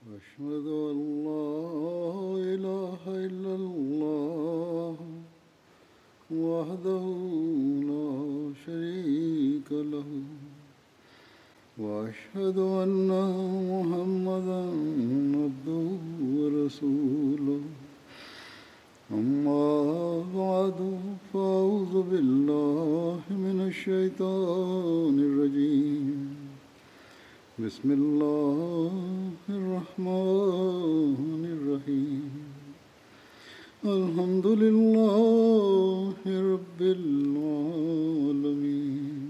أشهد أن لا إله إلا الله وحده لا شريك له وأشهد أن محمدا عبده ورسوله أما بعد فأعوذ بالله من الشيطان الرجيم بسم الله الرحمن الرحيم الحمد لله رب العالمين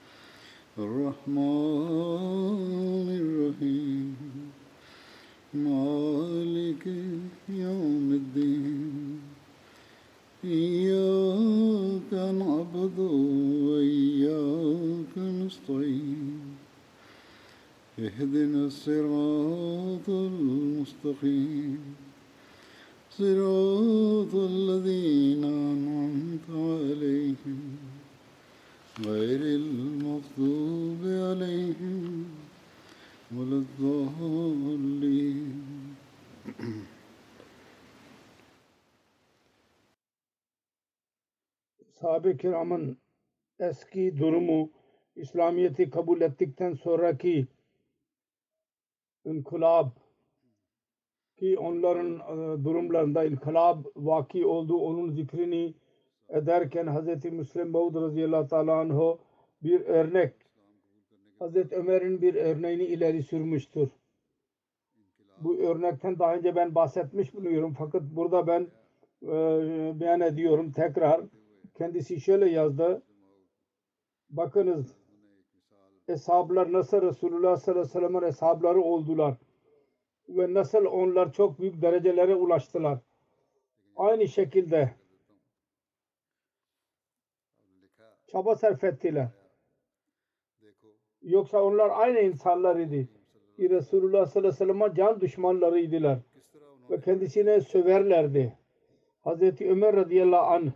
الرحمن الرحيم مالك يوم الدين إياك نعبد وإياك نستعين اهدنا الصراط المستقيم صراط الذين أنعمت عليهم غير المغضوب عليهم ولا الضالين. Sahabe-i kiramın eski durumu, İslamiyet'i kabul ettikten sonraki inkılap ki onların durumlarında inkılap vaki olduğu onun zikrini ederken Hz. Müslim Maud radıyallahu teala anhu bir örnek Hz. Ömer'in bir örneğini ileri sürmüştür. Bu örnekten daha önce ben bahsetmiş buluyorum fakat burada ben beyan ediyorum tekrar. Kendisi şöyle yazdı. Bakınız eshablar nasıl Resulullah sallallahu aleyhi ve sellem'in eshabları oldular ve nasıl onlar çok büyük derecelere ulaştılar. Aynı şekilde çaba sarf ettiler. Yoksa onlar aynı insanlar idi. Resulullah sallallahu aleyhi ve sellem'in can düşmanlarıydılar ve kendisine söverlerdi. Hazreti Ömer radıyallahu anh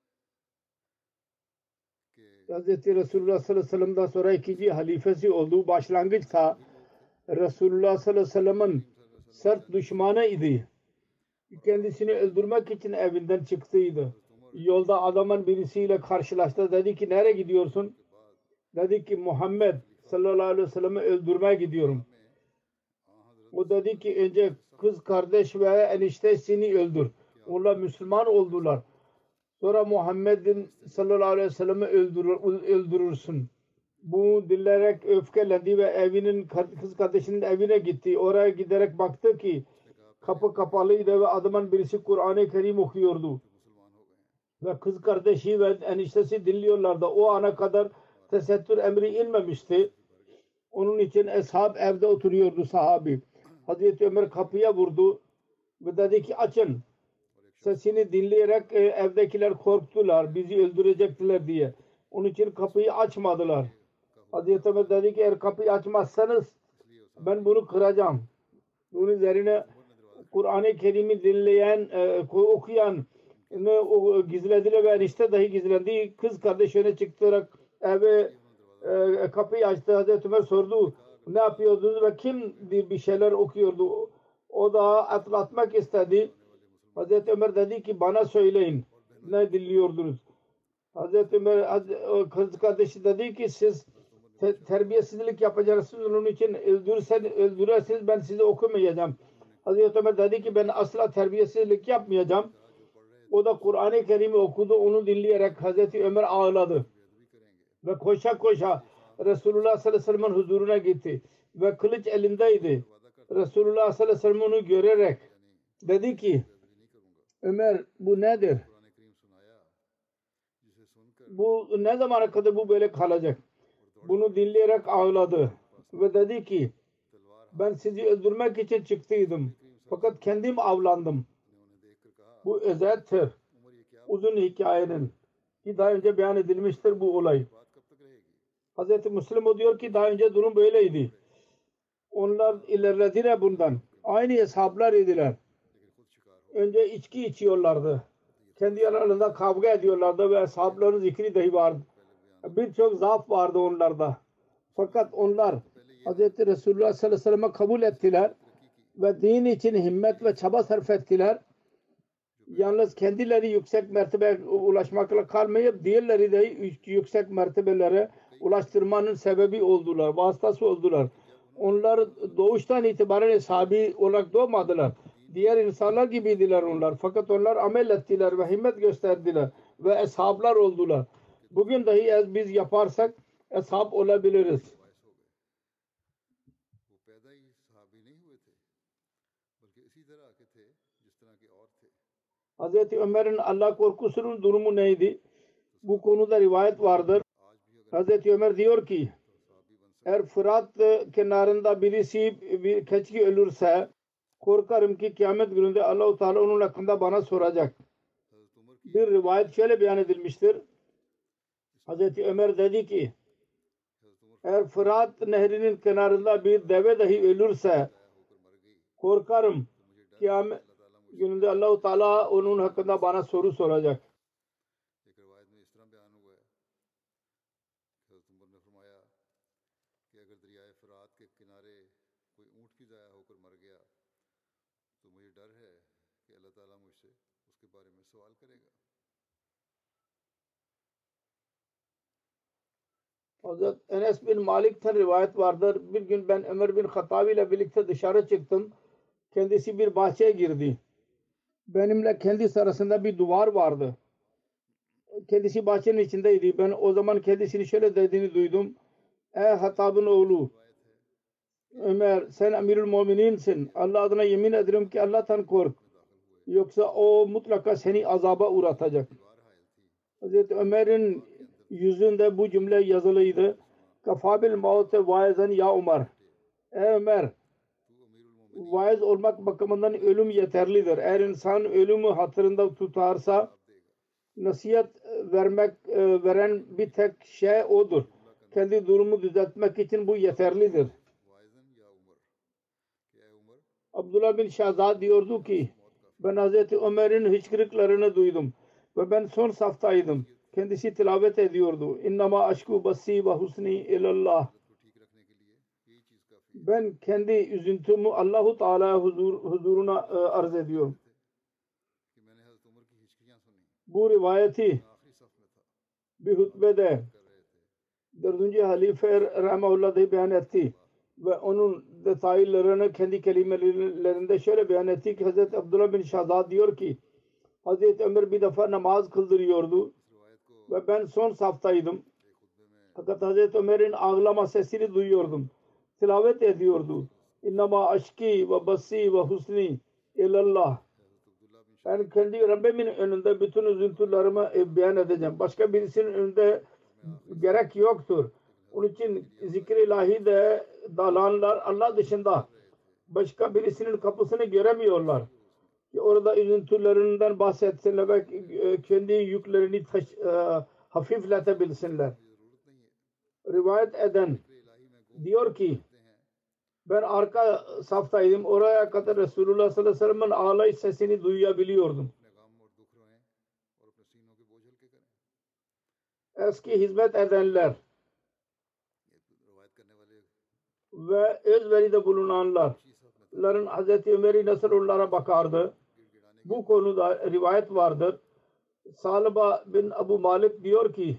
Hazreti Resulullah sallallahu aleyhi ve sellem'den sonra ikinci halifesi olduğu başlangıçta Resulullah sallallahu aleyhi ve sellem'in sert düşmanı idi. Kendisini öldürmek için evinden çıktıydı. Yolda adamın birisiyle karşılaştı. Dedi ki nereye gidiyorsun? Dedi ki Muhammed sallallahu aleyhi ve sellem'i öldürmeye gidiyorum. O dedi ki önce kız kardeş ve eniştesini öldür. Onlar Müslüman oldular. Sonra Muhammed'in sallallahu aleyhi ve sellem'i öldürürsün. Bu dinleyerek öfkelendi ve evinin kız kardeşinin evine gitti. Oraya giderek baktı ki kapı kapalıydı ve adamın birisi Kur'an-ı Kerim okuyordu. Ve kız kardeşi ve eniştesi dinliyorlardı. O ana kadar tesettür emri inmemişti. Onun için ashab evde oturuyordu sahabi. Hazreti Ömer kapıya vurdu ve dedi ki açın. Sesini dinleyerek evdekiler korktular. Bizi öldürecektiler diye. Onun için kapıyı açmadılar. Hazreti Ömer dedi ki eğer kapıyı açmazsanız ben bunu kıracağım. Bunun üzerine Kur'an-ı Kerim'i dinleyen, okuyan gizlediler ve enişte dahi gizlendi. Kız kardeş öne çıktarak eve kapıyı açtı. Hazreti Ömer sordu ne yapıyordunuz ve kim bir şeyler okuyordu. O da atlatmak istedi. Hazreti Ömer dedi ki bana söyleyin ne dinliyordunuz. Hazreti Ömer kız kardeşi dedi ki siz terbiyesizlik yapacaksınız. Onun için öldürürseniz ben sizi okumayacağım. Hazreti Ömer dedi ki ben asla terbiyesizlik yapmayacağım. O da Kur'an-ı Kerim'i okudu. Onu dinleyerek Hazreti Ömer ağladı. Ve koşa koşa Resulullah sallallahu aleyhi ve sellem'in huzuruna gitti. Ve kılıç elindeydi. Resulullah sallallahu aleyhi ve sellem onu görerek dedi ki Ömer bu nedir? Bu ne zamana kadar bu böyle kalacak? Bunu dinleyerek ağladı. Ve dedi ki ben sizi öldürmek için çıktıydım. Fakat kendim avlandım. Bu özettir. Uzun hikayenin. Ki daha önce beyan edilmiştir bu olay. Hz. Müslim o diyor ki daha önce durum böyleydi. Onlar ilerlediler bundan. Aynı hesaplar idiler. Önce içki içiyorlardı. Kendi aralarında kavga ediyorlardı ve hesapların zikri dahi vardı. Birçok zaaf vardı onlarda. Fakat onlar Hz. Resulullah sallallahu aleyhi ve sellem'e kabul ettiler ve din için himmet ve çaba sarf ettiler. Yalnız kendileri yüksek mertebeye ulaşmakla kalmayıp diğerleri de yüksek mertebelere ulaştırmanın sebebi oldular, vasıtası oldular. Onlar doğuştan itibaren sahabi olarak doğmadılar. Diğer insanlar gibiydiler onlar. Fakat onlar amel ettiler ve himmet gösterdiler ve eshablar oldular. Bugün dahi biz yaparsak eshab olabiliriz. Hazreti Ömer'in Allah korkusunun durumu neydi? Bu konuda rivayet vardır. Hazreti Ömer diyor ki eğer Fırat kenarında birisi bir keçi ölürse korkarım ki kıyamet gününde Allah-u Teala onun hakkında bana soracak. Bir rivayet şöyle beyan edilmiştir. Hazreti Ömer dedi ki eğer Fırat nehrinin kenarında bir deve dahi ölürse korkarım kıyamet gününde Allah-u Teala onun hakkında bana soru soracak. Hazret Enes bin Malik'ten rivayet vardır. Bir gün ben Ömer bin Hattab ile birlikte dışarı çıktım. Kendisi bir bahçeye girdi. Benimle kendisi arasında bir duvar vardı. Kendisi bahçenin içindeydi. Ben o zaman kendisini şöyle dediğini duydum. Ey Hattab'ın oğlu Ömer sen Emirül Mumininsin. Allah adına yemin ederim ki Allah'tan kork. Yoksa o mutlaka seni azaba uğratacak. Hazreti Ömer'in yüzünde bu cümle yazılıydı. Kafabil mauti vaizen ya Ömer. Ey Ömer vaiz olmak bakımından ölüm yeterlidir. Eğer insan ölümü hatırında tutarsa nasihat veren bir tek şey odur. Kendi durumu düzeltmek için bu yeterlidir. Abdullah bin Şahzad diyordu ki ben Hazreti Ömer'in hıçkırıklarını duydum ve ben son saftaydım. Kendisi tilavet ediyordu. İnnama aşku basi ve husni ilallah. Ben kendi üzüntümü Allahu Teala huzuruna arz ediyorum. Bu rivayeti bir hutbede 4. Halife Rahimahullah beyan etti ve onun detaylarını kendi kelimelerinde şöyle beyan etti ki Hazreti Abdullah bin Şahzad diyor ki Hazreti Ömer bir defa namaz kıldırıyordu ve ben son saftaydım. Fakat Hazreti Ömer'in ağlama sesini duyuyordum. Tilavet ediyordu. İnnama aşki ve basi ve husni ilallah. Ben kendi Rabbimin önünde bütün üzüntülerimi beyan edeceğim. Başka birisinin önünde gerek yoktur. Onun için zikr-i ilahide dalanlar Allah dışında başka birisinin kapısını göremiyorlar. Orada üzüntülerinden bahsetsinler ve kendi yüklerini hafifletebilsinler. Rivayet eden diyor ki ben arka saftaydım. Oraya kadar Resulullah sallallahu aleyhi ve sellem'in ağlayış sesini duyabiliyordum. Eski hizmet edenler ve özveride bulunanların Hazreti Ömer'i Nasrullah'a bakardı. Bu konuda rivayet vardır. Salaba bin Abu Malik diyor ki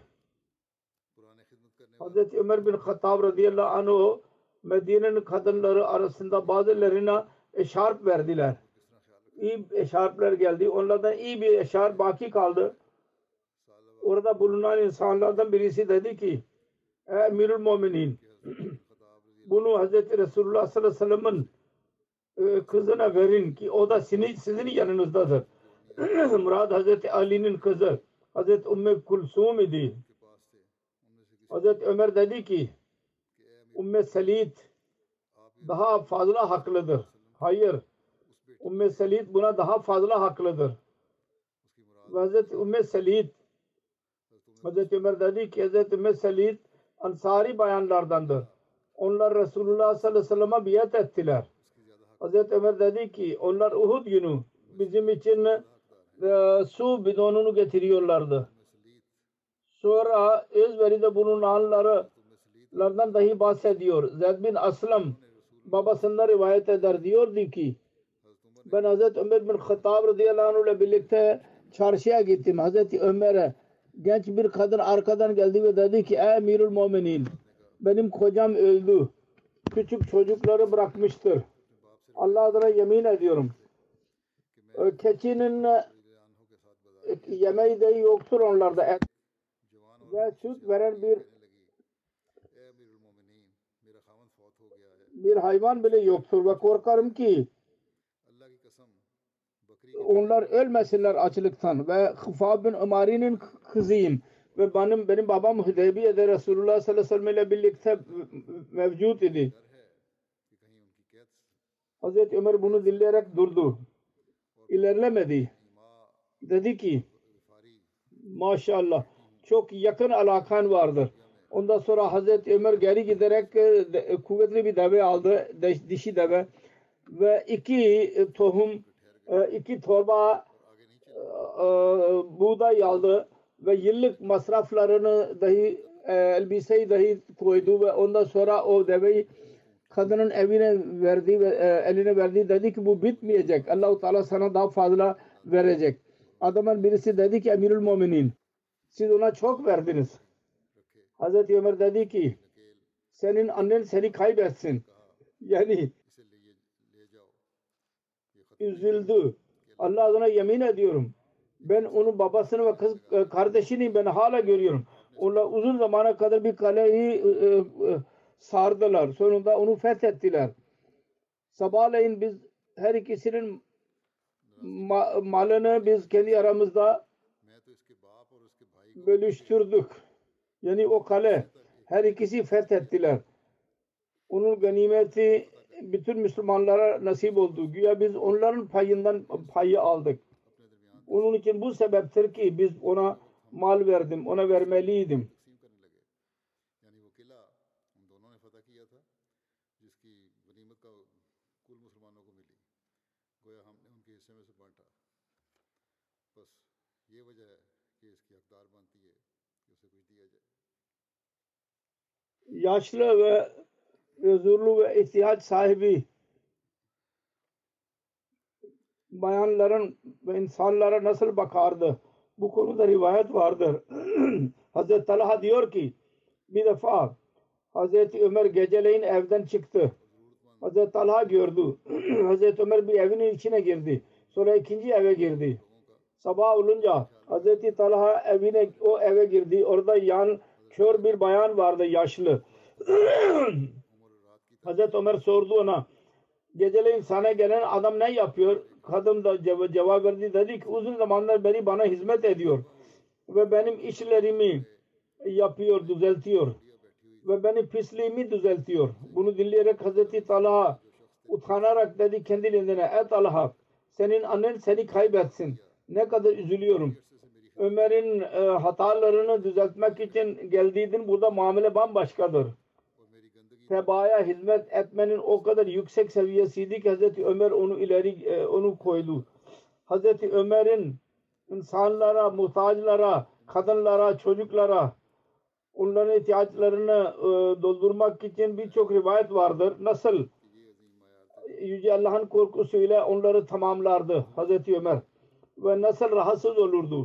Hazreti Ömer bin Hattab radıyallahu anh Medine'nin kadınları arasında bazılarına eşarp verdiler. İyi eşarplar geldi. Onlardan iyi bir eşarp baki kaldı. Orada bulunan insanlardan birisi dedi ki ey Emirül Muminin bunu Hazreti Resulullah sallallahu aleyhi ve sellem'in kızına verin ki o da sizin yanınızdadır. Murad Hazreti Ali'nin kızı Hazreti Ümmü Kulsum idi. Hazreti Ömer dedi ki Ümmü Selid daha fazla haklıdır. Hayır. Ümmü Selid buna daha fazla haklıdır. Hazreti Ümmü Selid Hazreti Ömer dedi ki Hazreti Ümmü Selid Ansari bayanlardandır. Onlar Resulullah sallallahu aleyhi ve sellem'e biat ettiler. Hazreti Ömer dedi ki onlar Uhud günü bizim için su bidonunu getiriyorlardı. Sonra özveride bulunanlardan dahi bahsediyor. Zeyd bin Aslam babasından rivayet eder, diyordu ki ben Hazreti Ömer bin Hattab radıyallahu anh ile birlikte çarşıya gittim. Hazreti Ömer'e genç bir kadın arkadan geldi ve dedi ki ey Emirül Müminin, benim kocam öldü. Küçük çocukları bırakmıştır. Allah adına yemin ediyorum. Keçinin yemeği de yoktur onlarda. Et ve süt veren bir hayvan bile yoktur ve korkarım ki onlar ölmesinler açlıktan ve Hıfab bin Umari'nin kızıyım ve benim babam Hudeybiye'de Resulullah sallallahu aleyhi ve sellem ile birlikte mevcut idi. Hazreti Ömer bunu dinleyerek durdu. İlerlemedi. Dedi ki maşallah çok yakın alakan vardır. Ondan sonra Hazreti Ömer geri giderek kuvvetli bir deve aldı. Dişi deve ve iki torba buğday aldı ve yıllık masraflarını dahi elbiseyi dahi koydu ve ondan sonra o deveyi kadının evine verdi ve eline verdi. Dedi ki bu bitmeyecek. Allah-u Teala sana daha fazla verecek. Adamın birisi dedi ki Emirül Müminin, siz ona çok verdiniz. Hazreti Ömer dedi ki senin annen seni kaybetsin. Yani üzüldü. Allah adına yemin ediyorum. Ben onun babasını ve kız kardeşini ben hala görüyorum. Onlar uzun zamana kadar bir kaleyi sardılar. Sonunda onu fethettiler. Sabahleyin biz her ikisinin malını biz kendi aramızda bölüştürdük. Yani o kale her ikisi fethettiler. Onun ganimeti bütün Müslümanlara nasip oldu. Güya biz onların payı aldık. Onun için bu sebeptir ki biz ona mal verdim. Ona vermeliydim. Yaşlı ve özürlü ve ihtiyaç sahibi bayanların ve insanlara nasıl bakardı? Bu konuda rivayet vardır. Hazreti Talha diyor ki bir defa Hazreti Ömer geceleyin evden çıktı. Hazreti Talha gördü. Hazreti Ömer bir evin içine girdi. Sonra ikinci eve girdi. Sabah olunca Hazreti Talha o eve girdi. Orada kör bir bayan vardı, yaşlı. Hazreti Ömer sordu ona, geceleyin sana gelen adam ne yapıyor? Kadın da cevap verdi. Dedi ki uzun zamanlar bana hizmet ediyor ve benim işlerimi yapıyor, düzeltiyor ve benim pisliğimi düzeltiyor. Bunu dinleyerek Hazreti Talha utanarak dedi kendiliğine, ey Talha, senin annen seni kaybetsin. Ne kadar üzülüyorum. Ömer'in hatalarını düzeltmek için geldiydin. Burada muamele bambaşkadır. Tebaaya hizmet etmenin o kadar yüksek seviyesiydi ki Hazreti Ömer onu koydu. Hazreti Ömer'in insanlara, muhtaçlara, kadınlara, çocuklara onların ihtiyaçlarını doldurmak için birçok rivayet vardır. Nasıl Yüce Allah'ın korkusuyla onları tamamlardı Hazreti Ömer ve nasıl rahatsız olurdu.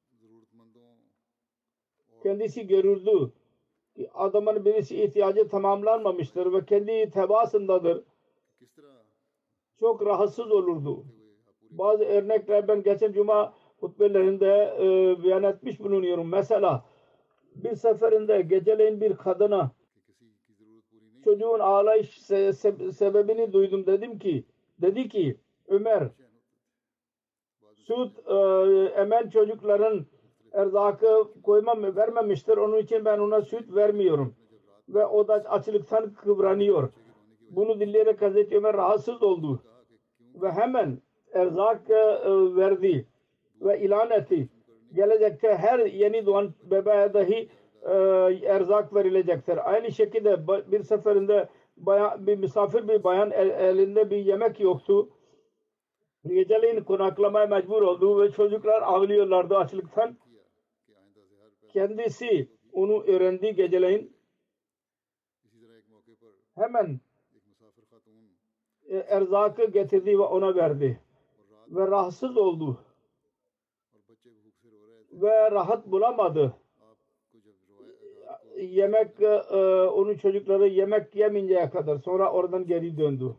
Kendisi görürdü ki adamın birisi ihtiyacı tamamlanmamıştır ve kendi tebaasındadır. Çok rahatsız olurdu. Bazı örnekler ben geçen cuma hutbelerinde beyan etmiş bulunuyorum. Mesela bir seferinde geceleyin bir kadına çocuğun ağlayış sebebini duydum. Dedi ki Ömer süt emen çocukların erzakı vermemiştir. Onun için ben ona süt vermiyorum. Ve o da açlıktan kıvranıyor. Bunu dinleyerek Hazreti Ömer rahatsız oldu. Ve hemen erzak verdi. Ve ilan etti. Gelecekte her yeni doğan bebeğe dahi erzak verilecektir. Aynı şekilde bir seferinde bir misafir bir bayan elinde bir yemek yoktu. Geceleyin konaklamaya mecbur oldu ve çocuklar ağlıyorlardı açlıktan. Kendisi onu öğrendi geceleyin. Hemen erzakı getirdi ve ona verdi. Ve rahatsız oldu. Ve rahat bulamadı. Yemek onun çocukları yemek yeminceye kadar sonra oradan geri döndü.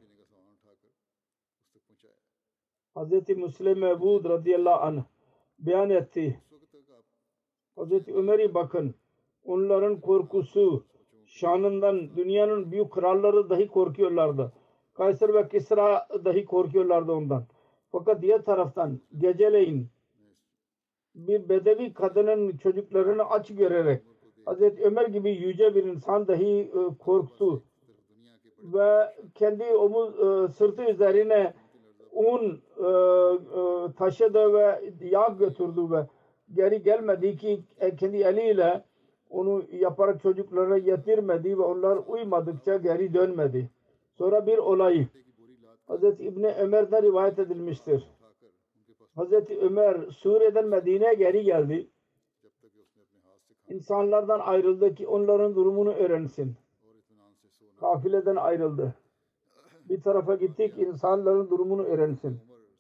Hz. Müslim Mevud radıyallahu anh beyan etti. Hz. Ömer'i bakın. Onların korkusu şanından dünyanın büyük kralları dahi korkuyorlardı. Kaysar ve Kisra dahi korkuyorlardı ondan. Fakat diğer taraftan geceleyin bir bedevi kadının çocuklarını aç görerek Hz. Ömer gibi yüce bir insan dahi korktu ve kendi sırtı üzerine un taşıdı ve yağ götürdü ve geri gelmedi ki kendi eliyle onu yaparak çocuklara yetirmedi ve onlar uymadıkça geri dönmedi. Sonra bir olay Hz. İbni Ömer'den rivayet edilmiştir. Hz. Ömer Suriye'den Medine'ye geri geldi. İnsanlardan ayrıldı ki onların durumunu öğrensin. Kafileden ayrıldı. Bir tarafa gittik insanların durumunu öğrensin.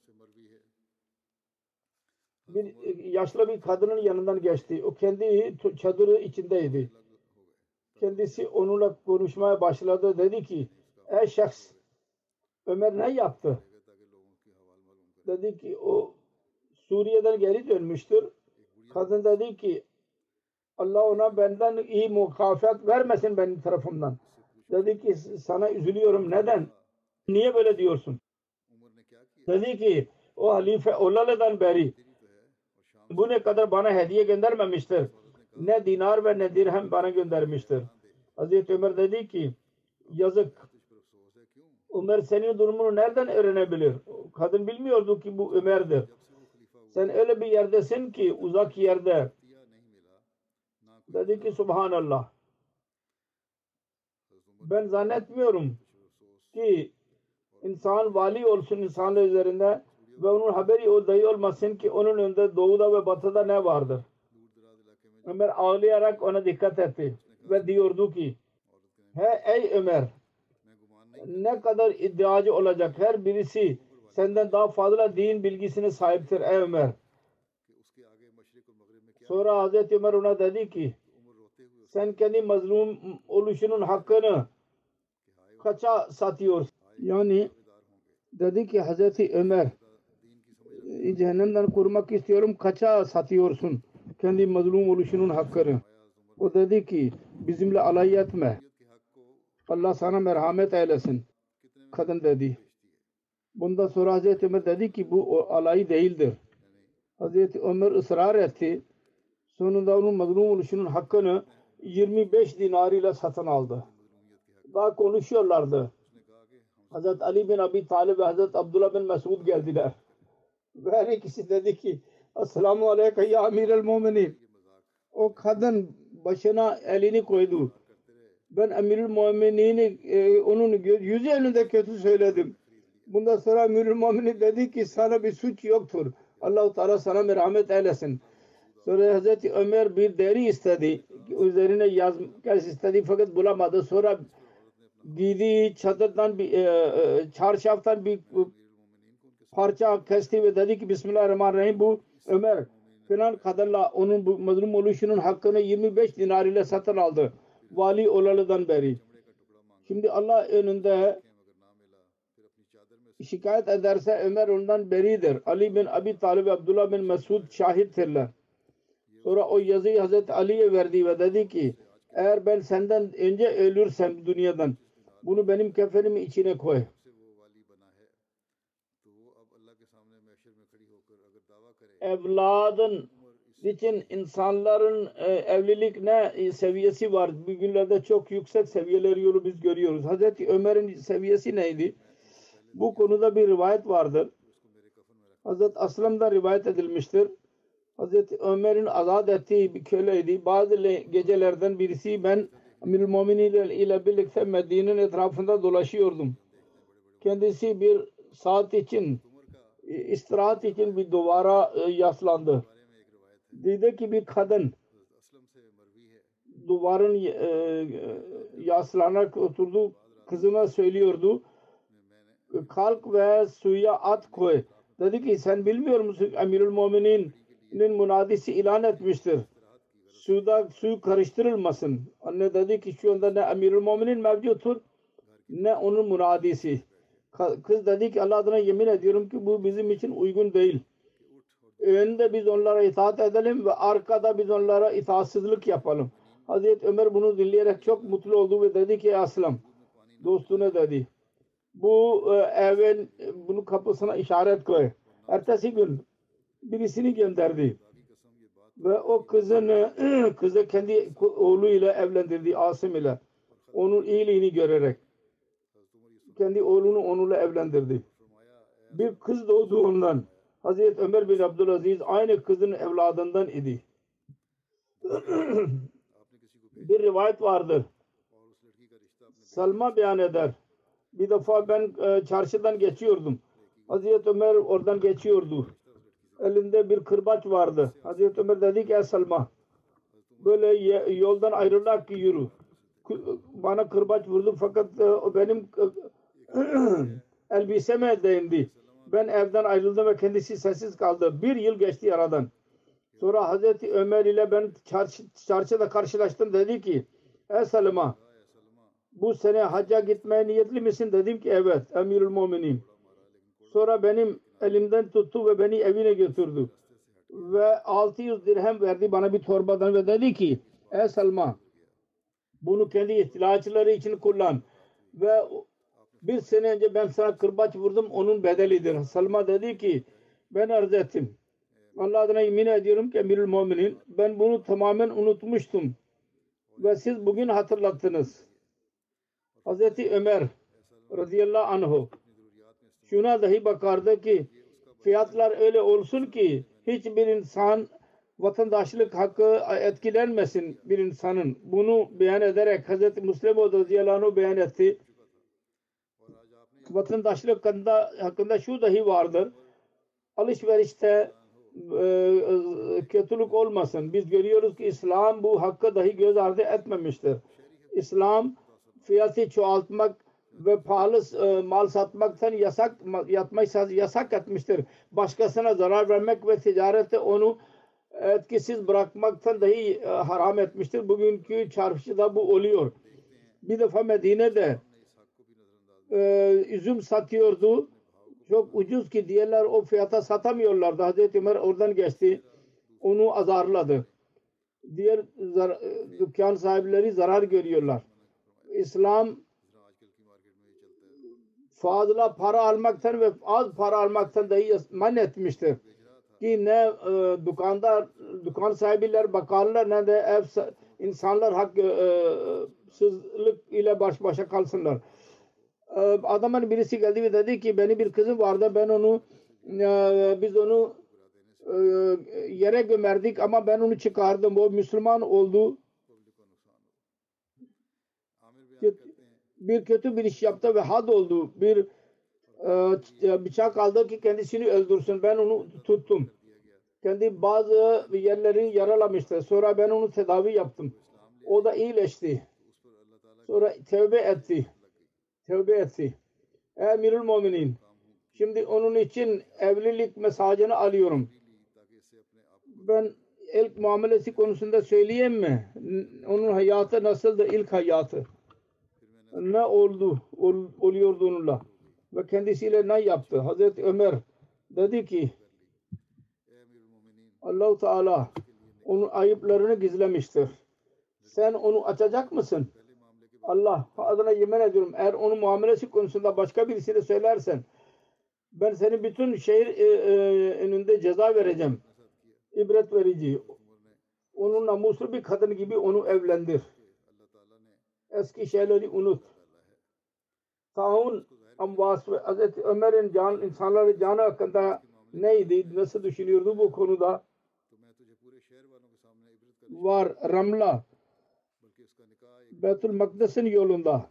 Bir yaşlı bir kadının yanından geçti. O kendi çadırı içindeydi. Kendisi onunla konuşmaya başladı. Dedi ki ey şahs Ömer ne yaptı? Dedi ki o Suriye'den geri dönmüştür. Kadın dedi ki Allah ona benden iyi mukafat vermesin benim tarafımdan. Dedi ki sana üzülüyorum. Neden? Niye böyle diyorsun? Dedi ki o halife olalıdan beri bu ne kadar bana hediye göndermemiştir. Ne dinar ve ne dirhem bana göndermiştir. Hazreti Ömer dedi ki yazık. Ömer senin durumunu nereden öğrenebilir? Kadın bilmiyordu ki bu Ömer'dir. Sen öyle bir yerdesin ki uzak yerde. Dedi ki Subhanallah. Ben zannetmiyorum ki insan vali olsun insanlar üzerinde ve onun haberi o dahi olmasın ki onun önünde doğuda ve batıda ne vardır. Ömer ağlayarak ona dikkat etti ve diyordu ki ey Ömer ne kadar iddiacı olacak her birisi senden daha fazla din bilgisine sahiptir ey Ömer. Sonra Hazreti Ömer ona dedi ki sen kendi mazlum oluşunun hakkını kaça satıyorsun? Yani dedi ki Hazreti Ömer cehennemden korumak istiyorum kaça satıyorsun kendi mazlum oluşunun hakkını? O dedi ki bizimle alay etme. Allah sana merhamet eylesin. Kadın dedi. Bundan sonra Hazreti Ömer dedi ki bu alay değildir. Hazreti Ömer ısrar etti. Sonunda onun mazlum oluşunun hakkını 25 dinarıyla satın aldı. Daha konuşuyorlardı. Hazreti Ali bin Abi Talib ve Hazreti Abdullah bin Mesud geldiler. Ve her ikisi dedi ki Esselamu aleyke ya Amirel Muminin. O kadın başına elini koydu. Ben Emirül Mu'minini onun yüzü önünde kötü söyledim. Bundan sonra Emirül Mu'minin dedi ki sana bir suç yoktur. Allah-u Teala sana merhamet eylesin. Sonra Hazreti Ömer bir deri istedi. Üzerine yazmak istedi fakat bulamadı. Sonra giydiği çadırdan çarşaftan bir parça kesti ve dedi ki Bismillahirrahmanirrahim bu Ömer filan kadınla onun bu mazlum oluşunun hakkını 25 dinar ile satın aldı. Vali olalıdan beri. Şimdi Allah önünde şikayet ederse Ömer ondan beridir. Ali bin Abi Talib ve Abdullah bin Mesud şahittirler. Sonra o yazıyı Hazreti Ali'ye verdi ve dedi ki eğer ben senden önce ölürsem dünyadan bunu benim kefenimin içine koy. Evladın için insanların evlilik ne seviyesi var? Bugünlerde çok yüksek seviyeler yolu biz görüyoruz. Hazreti Ömer'in seviyesi neydi? Bu konuda bir rivayet vardır. Hazreti Aslam'da rivayet edilmiştir. Hazreti Ömer'in azat ettiği bir köleydi. Bazı gecelerden birisi ben Emirül Muminin ile birlikte Medine'nin etrafında dolaşıyordum. Kendisi bir saat için istirahat için bir duvara yaslandı. Dedi ki bir kadın duvarın yaslanarak oturdu. Kızına söylüyordu. kalk ve suya at koy. Dedi ki sen bilmiyor musun Emirül Mu'minin'in munadisi ilan etmiştir. Suda su karıştırılmasın. Anne dedi ki şu anda ne Emirül Mu'minin mevcuttur ne onun munadisi. Kız dedi ki Allah adına yemin ediyorum ki bu bizim için uygun değil. Önde biz onlara itaat edelim ve arkada biz onlara itaatsizlik yapalım. Hazreti Ömer bunu dinleyerek çok mutlu oldu ve dedi ki aslam dostuna dedi bu evin bunun kapısına işaret koy. Ertesi gün birisini gönderdi ve o kızı kendi oğluyla evlendirdi, Asım ile. Onun iyiliğini görerek kendi oğlunu onunla evlendirdi. Bir kız doğdu ondan. Hazreti Ömer bin Abdülaziz aynı kızın evladından idi. Bir rivayet vardır. Salma beyan eder. Bir defa ben çarşıdan geçiyordum. Hazreti Ömer oradan geçiyordu. Elinde bir kırbaç vardı. Hazreti Ömer dedi ki Salma böyle yoldan ayrılarak yürü. Bana kırbaç vurdu fakat benim elbiseme değindi. Ben evden ayrıldım ve kendisi sessiz kaldı. Bir yıl geçti aradan. Sonra Hazreti Ömer ile ben çarşıda karşılaştım. Dedi ki Salma bu sene hacca gitmeye niyetli misin? Dedim ki evet Emirül Mu'minin. Sonra benim elimden tuttu ve beni evine götürdü. Ve 600 dirhem verdi bana bir torbadan ve dedi ki Salma bunu kendi ihtiyaçları için kullan. Ve bir sene önce ben sana kırbaç vurdum onun bedelidir. Salma dedi ki ben arz ettim. Allah adına yemin ediyorum ki Emirül Mu'minin ben bunu tamamen unutmuştum. Ve siz bugün hatırlattınız. Hazreti Ömer radıyallahu anh şuna dahi bakardı ki fiyatlar öyle olsun ki hiçbir insan vatandaşlık hakkı etkilenmesin bir insanın. Bunu beyan ederek Hazreti Müslim radıyallahu anh beyan etti. Vatandaşlık hakkında şu dahi vardır. Alışverişte kötülük olmasın. Biz görüyoruz ki İslam bu hakkı dahi göz ardı etmemiştir. İslam fiyatı çoğaltmak ve pahalı mal satmaktan yasak etmiştir. Başkasına zarar vermek ve ticarette onu etkisiz bırakmaktan dahi haram etmiştir. Bugünkü çarşıda bu oluyor. Bir defa Medine'de üzüm satıyordu. Çok ucuz ki diğerler o fiyata satamıyorlardı. Hazreti Ömer oradan geçti. Onu azarladı. Diğer dükkan sahipleri zarar görüyorlar. İslam fazla para almaktan ve az para almaktan dahi man etmiştir. Ki ne dükkan sahibiler, bakarlar ne de insanlar haksızlık ile baş başa kalsınlar. Adamın birisi geldi ve dedi ki benim bir kızım vardı biz onu yere gömerdik ama ben onu çıkardım. O Müslüman oldu. Bir kötü bir iş yaptı ve had oldu. Bir bıçak aldı ki kendisini öldürsün. Ben onu tuttum. Kendi bazı yerlerini yaralamıştı. Sonra ben onu tedavi yaptım. O da iyileşti. Sonra tövbe etti. Emirül Mu'minin. Şimdi onun için evlilik mesajını alıyorum. Ben ilk muamelesi konusunda söyleyeyim mi? Onun hayatı nasıldı? İlk hayatı. Ne oluyordu onunla? Ve kendisiyle ne yaptı? Hazreti Ömer dedi ki Allah-u Teala onun ayıplarını gizlemiştir. Sen onu açacak mısın? Allah adına yemin ediyorum eğer onun muamelesi konusunda başka birisine söylersen ben senin bütün şehir önünde ceza vereceğim. İbret verici. Onun namuslu bir kadın gibi onu evlendir. Eski şeyleri unut. Taun Amvas ve Hazreti Ömer'in insanların canı hakkında neydi? Nasıl düşünüyordu bu konuda? Var Ramla Beytül Makdes'in yolunda.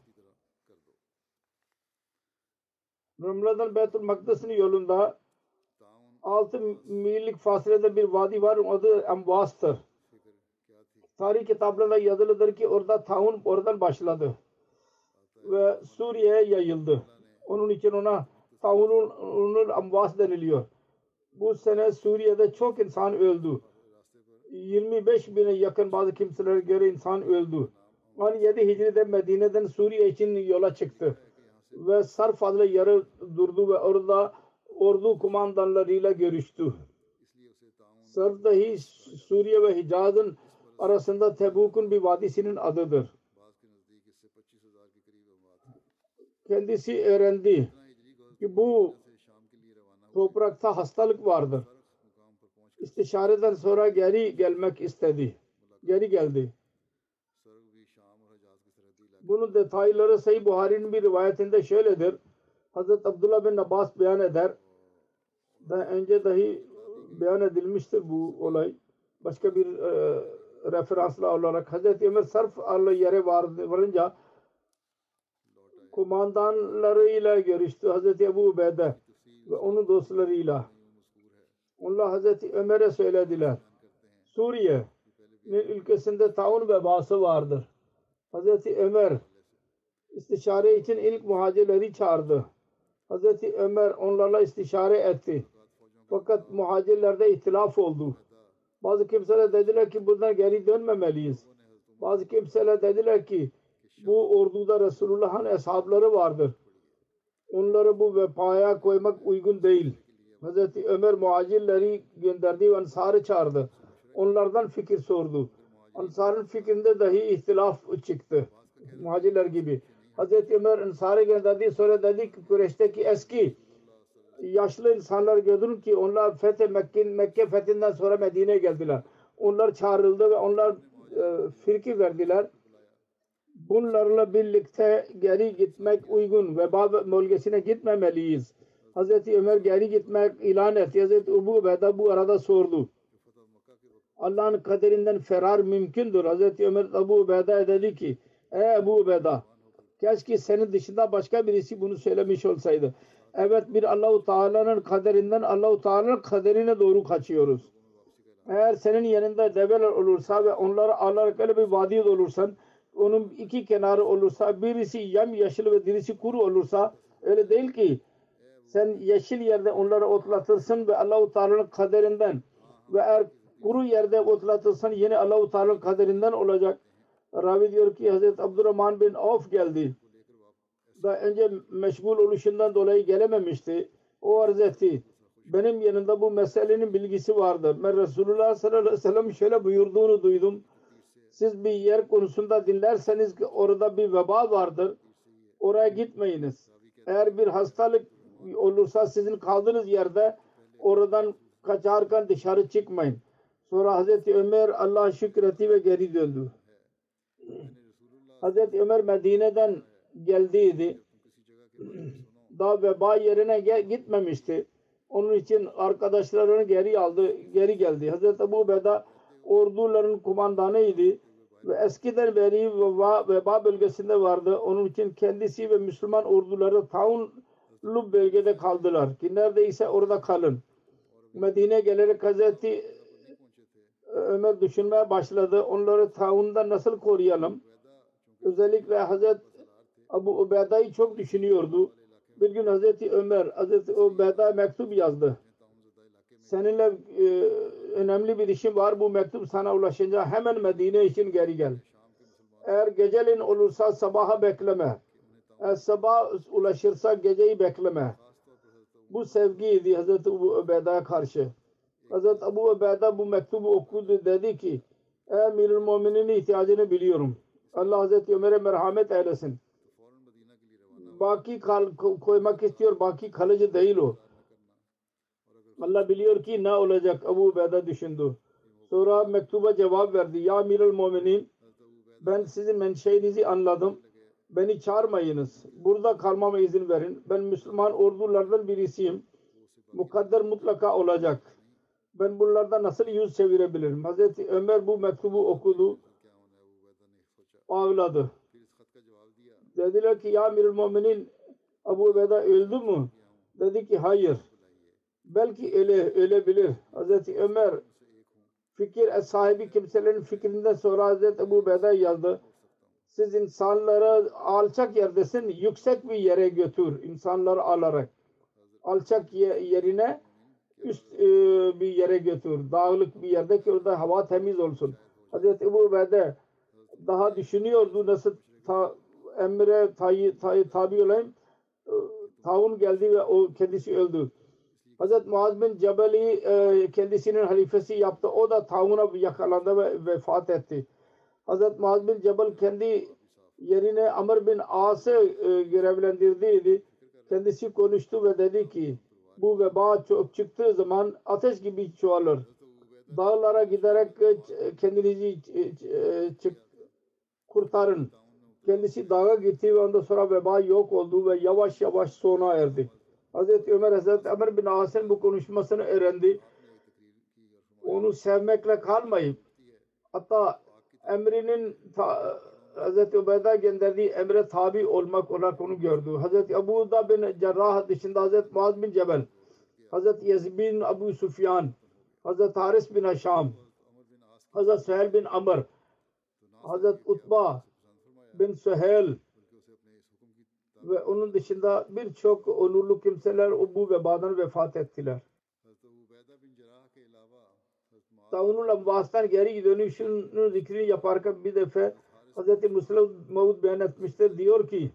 Ramla'dan Beytül Makdes'in yolunda 6 millik fasilede bir vadi var. Adı Amvas'tır. Tarih kitaplarında yazılıdır ki orada taun oradan başladı. Ve Suriye'ye yayıldı. Onun için ona taunul amvas deniliyor. Bu sene Suriye'de çok insan öldü. 25 bine yakın bazı kimselere göre insan öldü. 17 Hicri'de Medine'den Suriye için yola çıktı. Ve Sarf adlı yere durdu ve orada ordu kumandanlarıyla görüştü. Sarf dahi Suriye ve Hicaz'ın arasında Tebuk'un bir vadisinin adıdır. Kendisi öğrendi ki bu toprakta hastalık vardır. İstişareden sonra geri gelmek istedi. Geri geldi. Bunun detayları Sahih Buhari'nin bir rivayetinde şöyledir. Hazreti Abdullah bin Abbas beyan eder. Daha önce dahi beyan edilmiştir bu olay. Başka bir referansla olarak Hazreti Ömer Sarf adlı yere varınca kumandanlarıyla görüştü. Hazreti Ebu Ubeyde ve onun dostlarıyla. Onlar Hazreti Ömer'e söylediler. Suriye'nin ülkesinde taun vebası vardır. Hazreti Ömer istişare için ilk muhacirleri çağırdı. Hazreti Ömer onlarla istişare etti. Fakat muhacirlerde ihtilaf oldu. Bazı kimseler dediler ki buradan geri dönmemeliyiz. Bazı kimseler dediler ki bu orduda Resulullah'ın eshabları vardır. Onları bu vefaya koymak uygun değil. Hazreti Ömer muhacirleri gönderdi ve Ansar'ı çağırdı. Onlardan fikir sordu. Ansar'ın fikrinde dahi ihtilaf çıktı. Muhacirler gibi. Hazreti Ömer Ansar'ı gönderdi. Sonra dedi ki Kureyş'teki eski yaşlı insanlar gördüm ki onlar Mekke fethinden sonra Medine'ye geldiler. Onlar çağrıldı ve onlar fikir verdiler. Bunlarla birlikte geri gitmek uygun. Veba bölgesine gitmemeliyiz. Hazreti Ömer geri gitmek ilan etti. Hazreti Ebu Ubeyde bu arada sordu. Allah'ın kaderinden ferar mümkündür. Hazreti Ömer Ebu Ubeyde'ye dedi ki ey Ebu Ubeyde keşke senin dışında başka birisi bunu söylemiş olsaydı. Evet bir Allah-u Teala'nın kaderinden Allah-u Teala'nın kaderine doğru kaçıyoruz. Eğer senin yanında develer olursa ve onları alarak öyle bir vadiye olursan onun iki kenarı olursa birisi yemyeşil ve birisi kuru olursa öyle değil ki sen yeşil yerde onları otlatırsın ve Allah-u Teala'nın kaderinden ve eğer kuru yerde otlatırsan yine Allah-u Teala'nın kaderinden olacak. Ravi diyor ki Hazreti Abdurrahman bin Avf geldi. Daha önce meşgul oluşundan dolayı gelememişti. O arz etti. Benim yanında bu meselenin bilgisi vardır. Ben Resulullah sallallahu aleyhi ve sellem şöyle buyurduğunu duydum. Siz bir yer konusunda dinlerseniz ki orada bir veba vardır. Oraya gitmeyiniz. Eğer bir hastalık olursa sizin kaldığınız yerde oradan kaçarken dışarı çıkmayın. Sonra Hazreti Ömer Allah'a şükretti ve geri döndü. Hazreti Ömer Medine'den geldiydi. Daha veba yerine gitmemişti. Onun için arkadaşlarını geri geldi. Hazreti Ebu Ubeyde orduların kumandanıydı ve eskiden beri veba bölgesinde vardı. Onun için kendisi ve Müslüman orduları taunlu bölgede kaldılar ki neredeyse orada kalın. Medine'ye gelerek Hazreti Ömer düşünmeye başladı. Onları taundan nasıl koruyalım? Özellikle Hazreti Ebu Ubeyde'yi çok düşünüyordu. Bir gün Hazreti Ömer Hazreti Ubeyde'ye mektup yazdı. Seninle önemli bir işim var. Bu mektup sana ulaşınca hemen Medine için geri gel. Eğer geceleyin olursa sabaha bekleme. Eğer sabah ulaşırsa geceyi bekleme. Bu sevgiydi Hazreti Ebu Ubeyde'ye karşı. Hazreti Ebu Ubeyde bu mektubu okudu. Dedi ki ey Emirül Mu'minin ihtiyacını biliyorum. Allah Hazreti Ömer'e merhamet eylesin. Baki koymak istiyor. Baki kalıcı değil o. Allah biliyor ki ne olacak. Ebu Ubeyde düşündü. Sonra mektuba cevap verdi. Ya Emirül Mu'minin ben sizin menşeinizi anladım. Beni çağırmayınız. Burada kalmama izin verin. Ben Müslüman ordulardan birisiyim. Mukadder mutlaka olacak. Ben bunlardan nasıl yüz çevirebilirim? Hazreti Ömer bu mektubu okudu. Ağladı. Dediler ki ya Emirül Mu'minin Ebu Ubeyde öldü mü? Dedi ki hayır. Belki ölebilir. Hazreti Ömer fikir sahibi kimselerin fikrinden sonra Hazreti Ebu Ubeyde yazdı. Siz insanları alçak yerdesin, yüksek bir yere götür insanları alarak. alçak yerine üst bir yere götür. Dağlık bir yerde ki orada hava temiz olsun. Hazreti Ebu Ubeyde daha düşünüyordu nasıl emre tabi olayım. Taun geldi ve o kendisi öldü. Hazreti Muaz bin Cebel'i kendisinin halifesi yaptı. O da tauna yakalandı ve vefat etti. Hazreti Muaz bin Cebel kendi yerine Amr bin As'ı görevlendirdiydi. Kendisi konuştu ve dedi ki bu veba çok çıktığı zaman ateş gibi çoğalır. Dağlara giderek kendinizi kurtarın. Kendisi dağa gitti ve ondan sonra veba yok oldu ve yavaş yavaş sona erdi. Hazreti Ömer Hazreti Amr bin As'ın bu konuşmasını öğrendi. Onu sevmekle kalmayıp hatta emrinin Hazreti Ubeyde gönderdiği emre tabi olmak olarak onu gördü. Hazreti Ebu Da bin Cerrah dışında Hazreti Muaz bin Cebel, Hazreti Yazid bin Abu Sufyan, Hazreti Haris bin Haşam, Hazreti Süheyl bin Amr, Hazreti Utba bin Süheyl ve onun dışında birçok onurlu kimseler bu vebadan vefat ettiler. Taunul Abbas'tan geri dönüşünün zikrini yaparken bir defa Hz. Muslim Maud beyan etmiştir. Diyor ki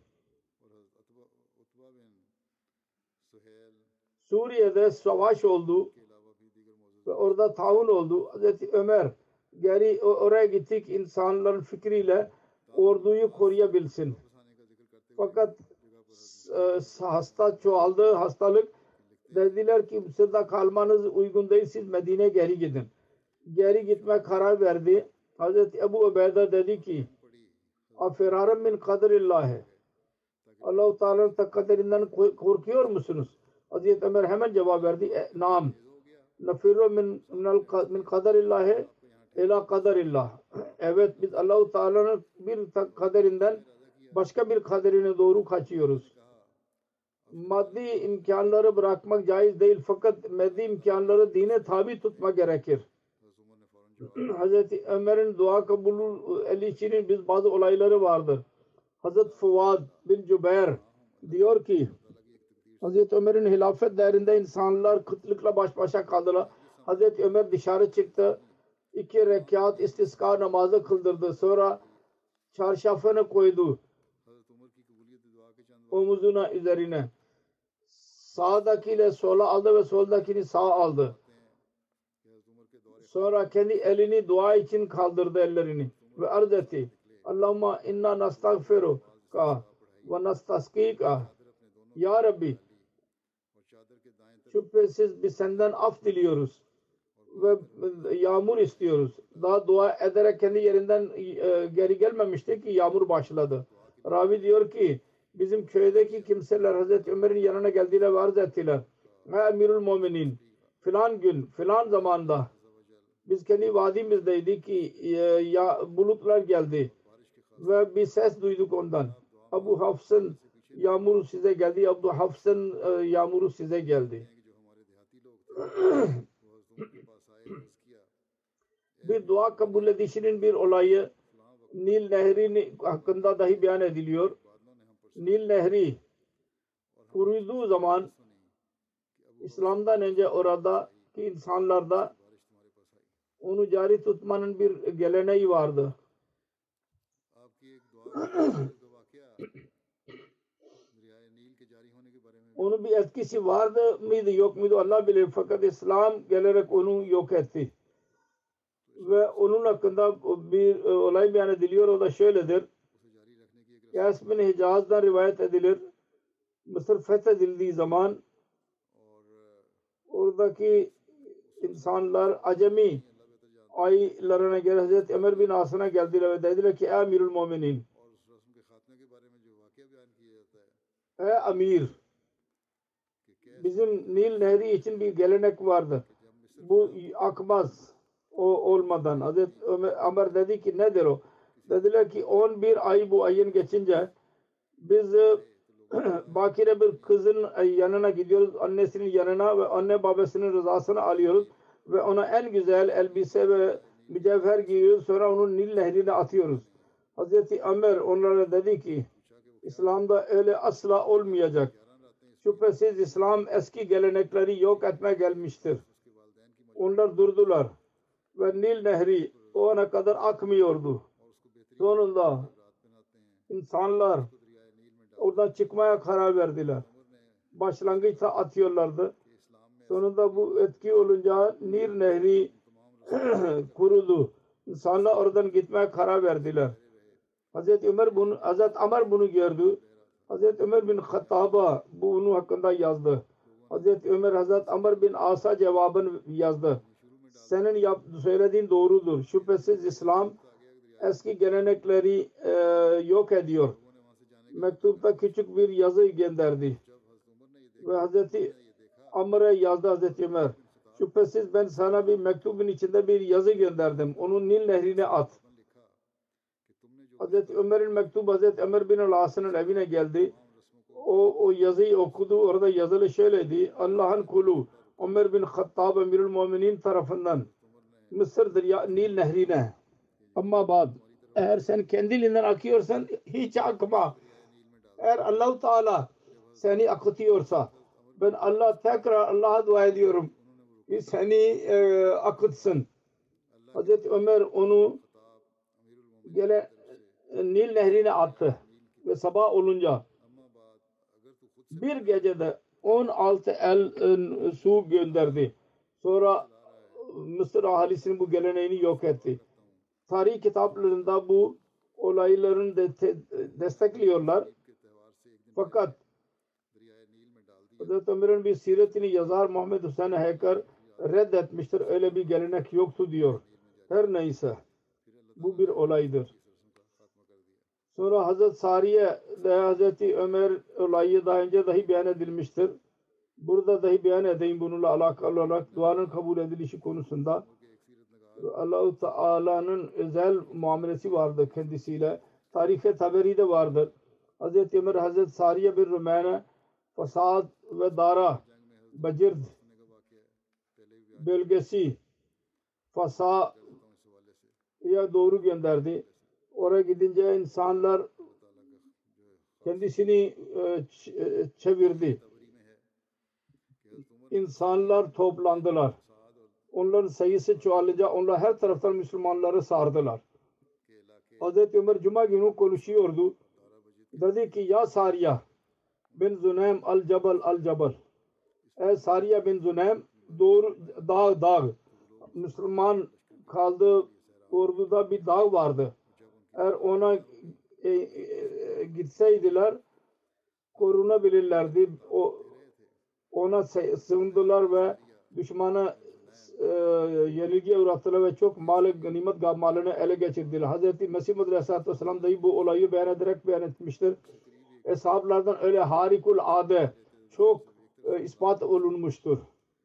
Suriye'de savaş oldu ve orada taun oldu. Hz. Ömer geri oraya gittik insanların fikriyle orduyu koruyabilsin. Fakat hasta çoğaldı hastalık. Dediler ki Mısır'da kalmanız uygun değil, siz Medine'ye geri gidin. Geri gitme karar verdi. Hazreti Ebu Ubeyde dedi ki Afirarım min kadrillahi, Allah-u Teala'nın kaderinden korkuyor musunuz? Hazreti Ömer hemen cevap verdi. Naam. Nafirru min kadrillahi ila kadrillah. Evet, biz Allah-u Teala'nın bir kaderinden başka bir kaderine doğru kaçıyoruz. Maddi imkanları bırakmak caiz değil, fakat maddi imkanları dine tabi tutmak gerekir. Hazreti Ömer'in dua kabulü için biz bazı olayları vardır. Hazreti Fuad bin Cübeyr diyor ki Hazreti Ömer'in hilafet devrinde insanlar kıtlıkla baş başa kaldılar. Hazreti Ömer dışarı çıktı. 2 rekat istisqa namazı kıldırdı. Sonra çarşafını koydu omuzuna üzerine. Sağdakiyle sola aldı ve soldakini sağa aldı. Sonra kendi elini dua için kaldırdı ellerini ve arz etti. Allahumma inna nastagfiruka ve nastaskika. Ya Rabbi, şüphesiz biz senden af diliyoruz ve yağmur istiyoruz. Daha dua ederek kendi yerinden geri gelmemişti ki yağmur başladı. Ravi diyor ki bizim köydeki kimseler Hazreti Ömer'in yanına geldiler ve arz ettiler. Ey Emirül Müminin, filan gün, filan zamanda biz kendi vadimizdeydik ki bulutlar geldi ve bir ses duyduk ondan. Abu Hafs'ın yağmuru size geldi. Abu Hafs'ın yağmuru size geldi. Bir dua kabul edişinin bir olayı Nil Nehri hakkında dahi beyan ediliyor. Nil Nehri kuruduğu zaman İslam'dan önce oradaki insanlarda onu cari tutmanın bir geleneği vardı. Onun bir etkisi vardı mıydı yok muydu Allah bilir, fakat İslam gelerek onu yok etti. Ve onun hakkında bir olay beyan ediliyor, o da şöyledir. Kâs bin Hicaz'dan rivayet edilir. Mısır fethedildiği zaman oradaki insanlar Acemi aylarına göre Hazreti Ömer bin As'ına geldiler ve dediler ki ey Emirül Müminin, ey Amir, bizim Nil Nehri için bir gelenek vardı. Bu akmaz olmadan. Hazreti Ömer dedi ki nedir o? Dediler ki 11 ay bu ayın geçince biz bakire bir kızın yanına gidiyoruz, annesinin yanına, ve anne babasının rızasını alıyoruz ve ona en güzel elbise ve mücevher giyiyoruz, sonra onu Nil Nehri'ne atıyoruz. Hazreti Ömer onlara dedi ki İslam'da öyle asla olmayacak. Şüphesiz İslam eski gelenekleri yok etmeye gelmiştir. Onlar durdular ve Nil Nehri o ana kadar akmıyordu. Sonunda insanlar oradan çıkmaya karar verdiler. Başlangıçta atıyorlardı. Sonunda bu etki olunca Nil Nehri kuruldu. İnsanlar oradan gitmeye karar verdiler. Hazreti Ömer bunu gördü. Hazreti Ömer bin Hattab'a bunun hakkında yazdı. Hazreti Ömer Hazreti Amr bin As'a cevabını yazdı. Senin söylediğin doğrudur. Şüphesiz İslam eski gelenekleri yok ediyor. Mektupta küçük bir yazı gönderdi. Ve Hazreti Amr'a yazdı Hazreti Ömer. Şüphesiz ben sana bir mektubun içinde bir yazı gönderdim. Onu Nil Nehri'ne at. Hazreti Ömer'in mektubu Hazreti Ömer bin As'ın evine geldi. O yazıyı okudu. Orada yazılı şöyleydi. Allah'ın kulu Ömer bin Hattab Emirül Müminin tarafından Mısır Nil Nehri'ne. Ama bad eğer sen kendiliğinden akıyorsan hiç akma. Eğer Allah-u Teala seni akıtıyorsa ben tekrar Allah'a dua ediyorum ki seni akıtsın. Hazreti Ömer onu Nil Nehri'ne attı ve sabah olunca bir gecede 16 el su gönderdi. Sonra Mısır ahalisinin bu geleneğini yok etti. Tarih kitaplarında bu olayların destekliyorlar. Fakat Hazreti Ömer'in bir siretini yazar Muhammed Hüseyin Haykar reddetmiştir. Öyle bir gelenek yoktu diyor. Her neyse bu bir olaydır. Sonra Hazreti Sariye de Hazreti Ömer olayı daha önce dahi beyan edilmiştir. Burada dahi beyan edeyim bununla alakalı olarak duanın kabul edilişi konusunda. Allah-u Teala'nın özel muamelesi vardır kendisiyle. Tarih-i Taberi'de vardır. Hazreti Ömer Hazreti Sariye bir Rumene Fasad ve Dara Bacird bölgesi Fasa'ya doğru gönderdi. Oraya gidince insanlar kendisini çevirdi. İnsanlar toplandılar. Onların sayısı çoğalınca onlar her taraftan Müslümanları sardılar. Hazreti Ömer Cuma günü konuşuyordu. Dedi ki ya Sariya bin Zunaym al-Jabal. Ey Sariya bin Zunaym doğru dağ. Müslüman kaldığı orduda bir dağ vardı. Eğer ona gitseydiler korunabilirlerdi. Ona sığındılar ve düşmana yenilgiye uğrattılar ve çok ganimet malını ele geçirdiler. Hazreti Mesih Muhammed Aleyhisselatü Vesselam dahi bu olayı beyan etmiştir. Eshablardan öyle harikulade çok ispat olunmuştur.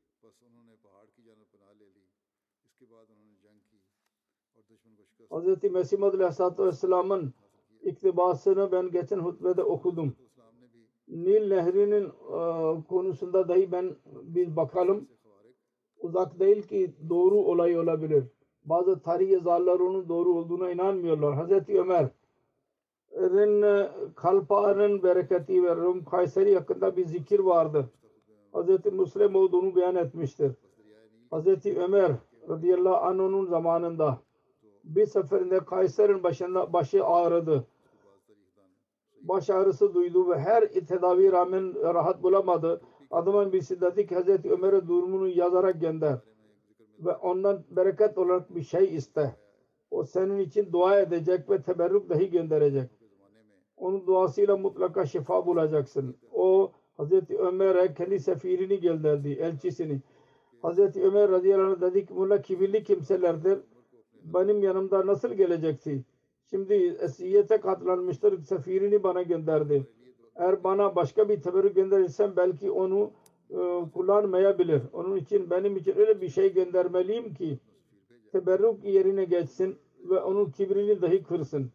Hazreti Mesih Muhammed Aleyhisselatü Vesselam'ın iktibasını ben geçen hutbede okudum. Nil Nehri'nin konusunda dahi biz bakalım. Uzak değil ki doğru olay olabilir. Bazı tarih yazarlar onun doğru olduğuna inanmıyorlar. Hazreti Ömer'in kalpağının bereketi ve Rum Kayseri hakkında bir zikir vardır. Hazreti Müslim onu beyan etmiştir. Hazreti Ömer radıyallahu anh'ın zamanında bir seferinde Kayseri'nin başı ağrıdı. Baş ağrısı duydu ve her tedaviye rağmen rahat bulamadı. Adamın bir şiddeti ki Hazreti Ömer'e durumunu yazarak gönder ve ondan bereket olarak bir şey iste. O senin için dua edecek ve teberrük dahi gönderecek. Onun duasıyla mutlaka şifa bulacaksın. O Hazreti Ömer'e kendi sefirini gönderdi, elçisini. Hazreti Ömer radıyallahu anh dedi ki bunlar kibirli kimselerdir. Benim yanımda nasıl gelecekti? Şimdi esiyete katlanmıştır. Sefirini bana gönderdi. Eğer bana başka bir teberrük gönderirsen belki onu kullanmayabilir. Onun için benim için öyle bir şey göndermeliyim ki teberrük yerine geçsin ve onun kibrini dahi kırsın.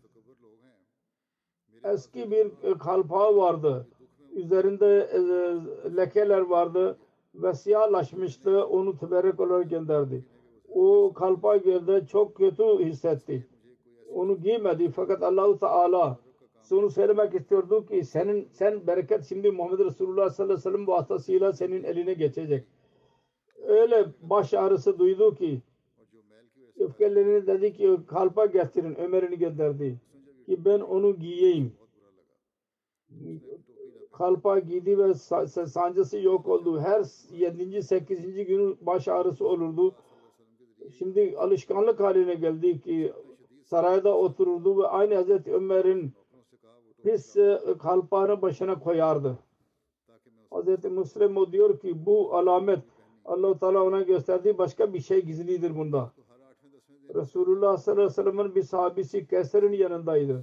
Eski bir kalpağı vardı. Üzerinde lekeler vardı ve siyahlaşmıştı. Onu teberrük olarak gönderdi. O kalpağı gördü, çok kötü hissetti. Onu giymedi fakat Allah-u Teala Onu söylemek istiyordu ki sen bereket şimdi Muhammed Resulullah sallallahu aleyhi ve sellem vasıtasıyla senin eline geçecek. Öyle baş ağrısı duydu ki öfkelerini dedi ki kalpa getirin. Ömer'ini gönderdi ki ben onu giyeyim. Kalpa giydi ve sancısı yok oldu. Her 7. 8. günü baş ağrısı olurdu. Şimdi alışkanlık haline geldi ki sarayda otururdu ve aynı Hazreti Ömer'in pis kalpağını başına koyardı. Hazreti Müslim o diyor ki bu alamet Allah-u Teala ona gösterdiği başka bir şey gizlidir bunda. Resulullah sallallahu aleyhi ve sellem'in bir sahabesi Keser'in yanındaydı.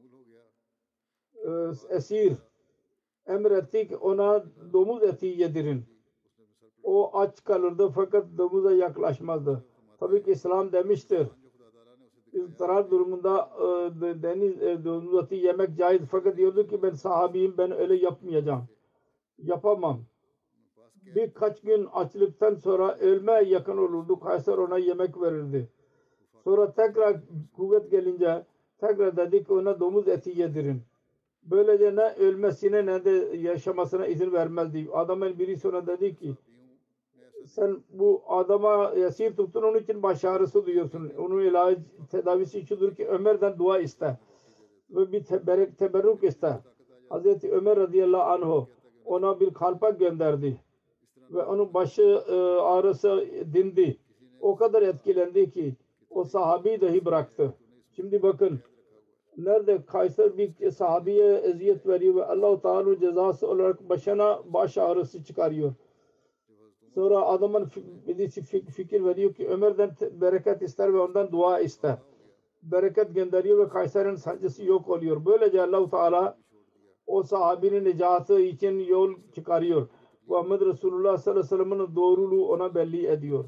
Esir emretti ki ona domuz eti yedirin. O aç kalırdı fakat domuza yaklaşmazdı. Tabii ki İslam demiştir. İzdirar durumunda domuz eti yemek caiz fakat diyordu ki ben sahabiyim, ben öyle yapmayacağım. Yapamam. Birkaç gün açlıktan sonra ölmeye yakın olurdu. Kayser ona yemek verirdi. Sonra tekrar kuvvet gelince tekrar dedi ki ona domuz eti yedirin. Böylece ne ölmesine ne de yaşamasına izin vermezdi. Adamın biri sonra dedi ki sen bu adama esir tuttun, onun için baş ağrısı duyuyorsun. Onun ilacı tedavisi şudur ki Ömer'den dua iste ve bir teberrük iste. Hazreti Ömer radıyallahu anh ona bir kalpak gönderdi ve onun başı ağrısı dindi. O kadar etkilendi ki o sahabeyi dahi bıraktı. Şimdi bakın nerede Kayser bir sahabeye eziyet veriyor ve Allah-u Teala cezası olarak başına baş ağrısı çıkarıyor. Sonra adamın birisi fikir veriyor ki Ömer'den bereket ister ve ondan dua ister. Bereket gönderiyor ve Kayser'in sancısı yok oluyor. Böylece Allah-u Teala o sahabenin nicatı için yol çıkarıyor. Muhammed Resulullah sallallahu aleyhi ve sellem'in doğruluğu ona belli ediyor.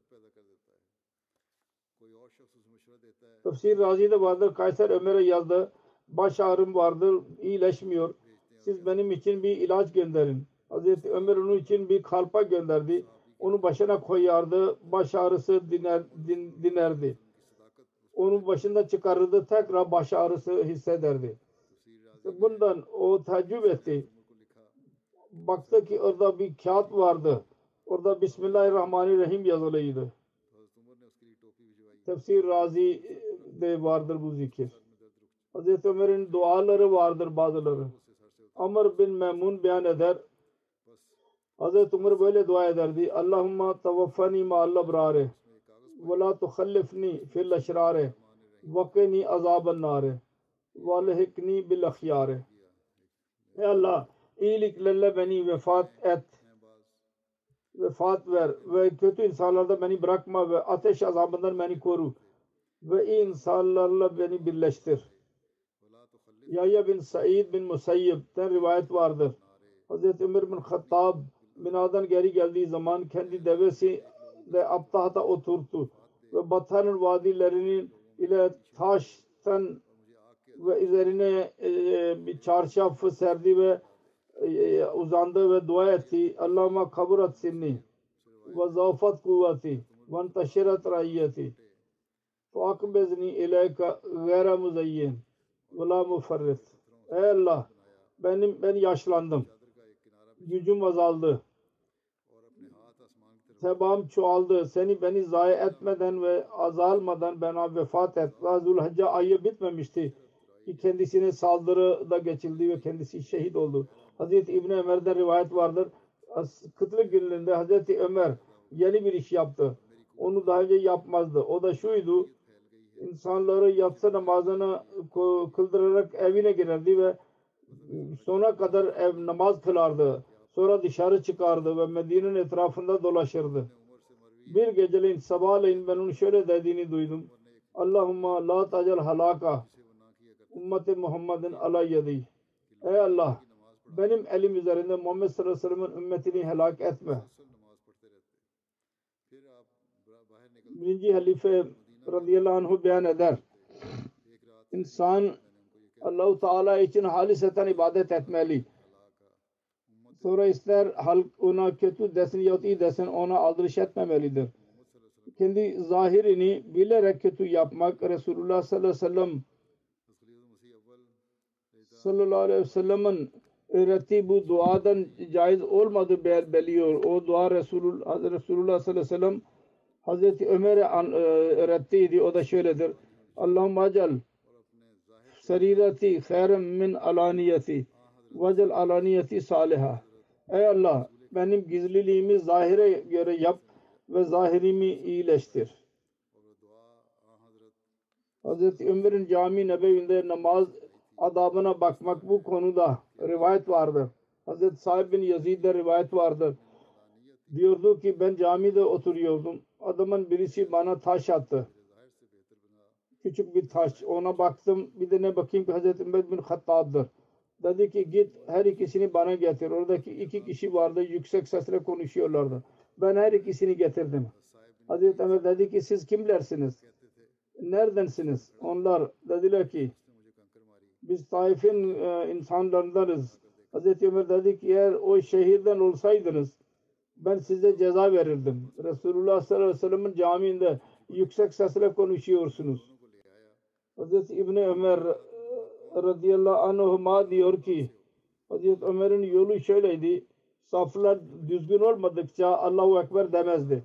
Tefsir Razi'de vardır. Kayser Ömer'e yazdı. Baş ağrım vardır. İyileşmiyor. Siz benim için bir ilaç gönderin. Hazreti Ömer onun için bir kalpa gönderdi. Onu başına koyardı. Baş ağrısı dinerdi. Onun başında çıkarırdı. Tekrar baş ağrısı hissederdi. Bundan o tecrübe etti. Baktı ki orada bir kağıt vardı. Orada Bismillahirrahmanirrahim yazılıydı. Tefsir Razi'de vardır bu zikir. Hazreti Ömer'in duaları vardır bazıları. Amr bin Memun beyan eder. Hazreti Ömer böyle dua ederdi. Allahumma tavaffani ma'al abrare ve la tukhallifni fil eşrare ve qini azaben nare ve lehikni bil ahyare. Ey Allah, iyiliklerle beni vefat ver ve kötü insanlardan beni bırakma ve ateş azabından beni koru ve iyi insanlarla beni birleştir. Yahya bin Said bin Musayyib'den rivayet vardır. Hazreti Ömer bin Hattab binadan geri geldiği zaman kendi devesi de Abtah'ta oturdu ve Batan'ın vadilerinin ile taştan ve üzerine bir çarşaf serdi ve uzandı ve dua etti. Allahümme kaburat sinni ve zafat kuvveti ve enteşirat rayyeti fakbezni ileyka gayra muzayyin ve la mufarrit. Ey Allah, ben yaşlandım. Gücüm azaldı. Sebam çoğaldı. Beni zayi etmeden ve azalmadan bana vefat et. Zulhicce ayı bitmemişti ki kendisine saldırıda geçildi ve kendisi şehit oldu. Hazreti İbni Ömer'den rivayet vardır. Kıtlık günlerinde Hazreti Ömer yeni bir iş yaptı. Onu daha önce yapmazdı. O da şuydu. İnsanları yatsı namazını kıldırarak evine girerdi ve sona kadar namaz kılardı. Sonra dışarı çıkardı ve Medine'nin etrafında dolaşırdı. Bir geceleyin sabahleyin ben onu şöyle dediğini duydum. Allahumma la tacal halaka ümmeti Muhammedin ala yedi. Ey Allah, benim elim üzerinde Muhammed sallallahu aleyhi ve sellem'in ümmetini helak etme. Birinci halife radıyallahu anh beyan eder. İnsan Allah-u Teala için haliseten ibadet etmeli. Sonra ister halk ona kötü desin yahut iyi desin, ona aldırış etmemelidir. Kendi zahirini bilerek kötü yapmak Resulullah sallallahu aleyhi ve sellem sallallahu aleyhi ve sellem'in öğrettiği bu duadan caiz olmadığı belliyor. O dua Resulullah sallallahu aleyhi ve sellem Hazreti Ömer'e öğrettiydi. O da şöyledir. Allahümme acal sarirati khairen min alaniyeti vecel alaniyeti saliha. Ey Allah, benim gizliliğimi zahire göre yap ve zahirimi iyileştir. Hazreti Ömer'in Cami-i Nebevi'nde namaz adabına bakmak bu konuda rivayet vardır. Hazreti Said bin Yazid'de rivayet vardır. Diyordu ki ben camide oturuyordum. Adamın birisi bana taş attı. Küçük bir taş. Ona baktım. Bir de ne bakayım ki Hazreti Ömer bin Hattab'dır. Dedi ki git her ikisini bana getir. Oradaki iki kişi vardı. Yüksek sesle konuşuyorlardı. Ben her ikisini getirdim. Hazreti Ömer dedi ki siz kimlersiniz? Neredensiniz? Onlar dediler ki biz Taif'in insanlarındanız. Hazreti Ömer dedi ki eğer o şehirden olsaydınız ben size ceza verirdim. Resulullah sallallahu aleyhi ve sellem'in camiinde yüksek sesle konuşuyorsunuz. Hazreti İbni Ömer radıyallahu anhuma diyor ki Hazreti Ömer'in yolu şöyleydi. Saflar düzgün olmadıkça Allahu Ekber demezdi.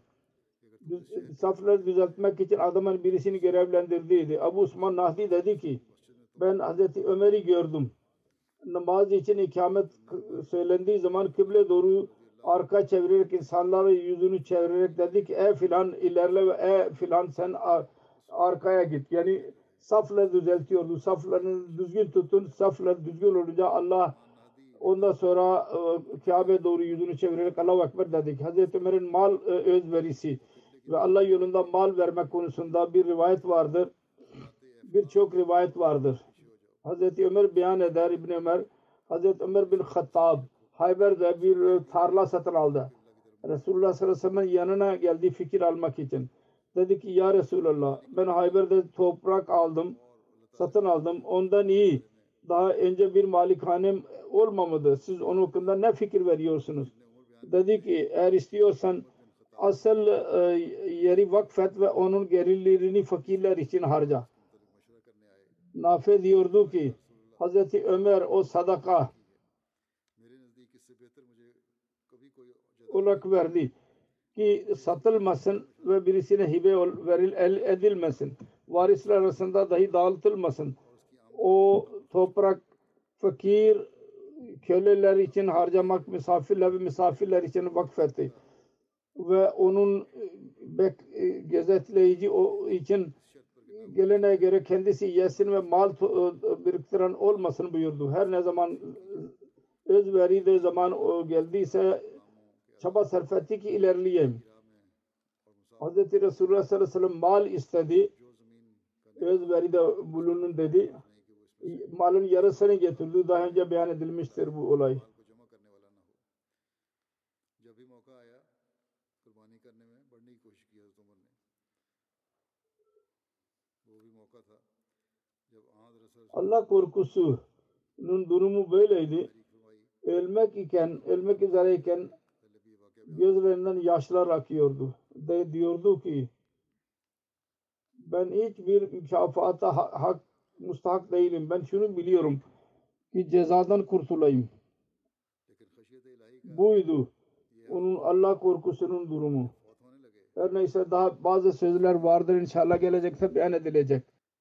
Safları düzeltmek için adamın birisini görevlendirdiydi. Abu Osman Nahdi dedi ki ben Hazreti Ömer'i gördüm. Namaz için ikamet söylendiği zaman kıble doğru arka çevirerek insanlara yüzünü çevirerek dedi ki ey filan ilerle ve ey filan sen arkaya git. Yani safları düzeltiyordu. Saflarını düzgün tutun. Saflar düzgün olunca Allah ondan sonra Kabe doğru yüzünü çevirerek Allahu Ekber dedik. Hazreti Ömer'in mal özverisi ve Allah yolunda mal vermek konusunda bir rivayet vardır. Birçok rivayet vardır. Hazreti Ömer beyan eder İbn Ömer. Hazreti Ömer bin Hattab Hayber'de bir tarla satın aldı. Resulullah sallallahu aleyhi ve sellem'in yanına geldi fikir almak için. Dedi ki ya Resulullah ben Hayber'de toprak aldım. Satın aldım. Ondan iyi. Daha önce bir malikanem olmamadı. Siz onun hakkında ne fikir veriyorsunuz? Dedi ki eğer istiyorsan asıl yeri vakfet ve onun gelirlerini fakirler için harca. Nafi diyordu ki Hazreti Ömer o sadaka olarak verdi ki satılmasın ve birisine hibe edilmesin. Varisler arasında dahi dağıtılmasın. O toprak fakir köleler için harcamak misafirler için vakfetti. Ve onun gözetleyici o için gelene göre kendisi yesin ve mal biriktiren olmasın buyurdu. Her ne zaman özveri de zaman geldiyse çaba sarf etti ki ilerleyeyim. Hz. Resulullah sallallahu aleyhi ve sellem mal istedi. Özveride bulunun dedi. Malın yarısını getirdi. Daha önce beyan edilmiştir bu olay. Allah korkusunun durumu böyleydi. Ölmek üzereyken gözlerinden yaşlar akıyordu. Diyordu ki ben hiçbir mükafata müstahak değilim. Ben şunu biliyorum ki cezadan kurtulayım. Buydu onun Allah korkusunun durumu. Her neyse daha bazı sözler vardır inşallah gelecekte beyan edilecek.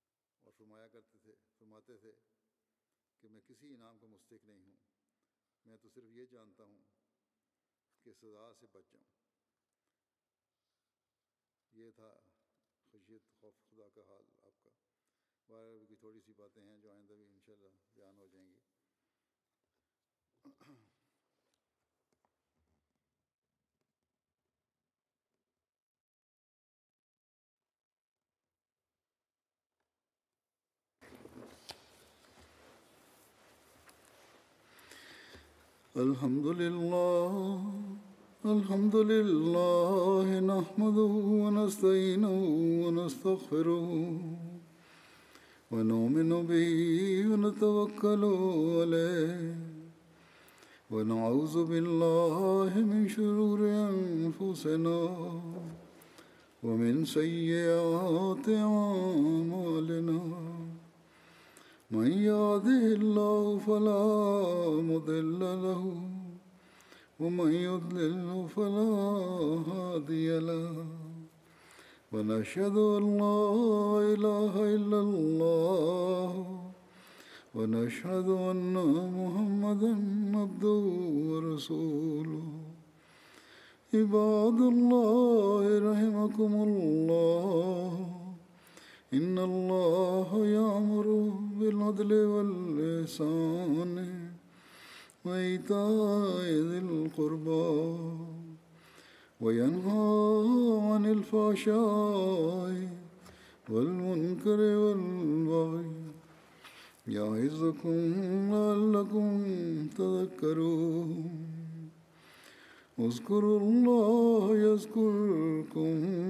الحمد لله نحمده ونستعينه ونستغفره ونؤمن به ونتوكل عليه ونعوذ بالله من شرور أنفسنا ومن سيئات أعمالنا من يهده الله فلا مضل له ومن يضلل فلا هادي له ونشهد أن لا إله إلا الله ونشهد أن محمدا عبده ورسوله عباد الله رحمكم الله إن الله يأمر بالعدل والإحسان وإيتاء ذي القربى وينهى عن الفحشاء والمنكر والبغي يعظكم لعلكم تذكرون اذكروا الله يذكركم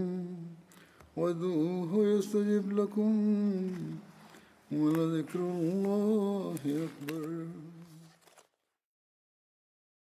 وادعوه يستجب لكم ولذكر الله أكبر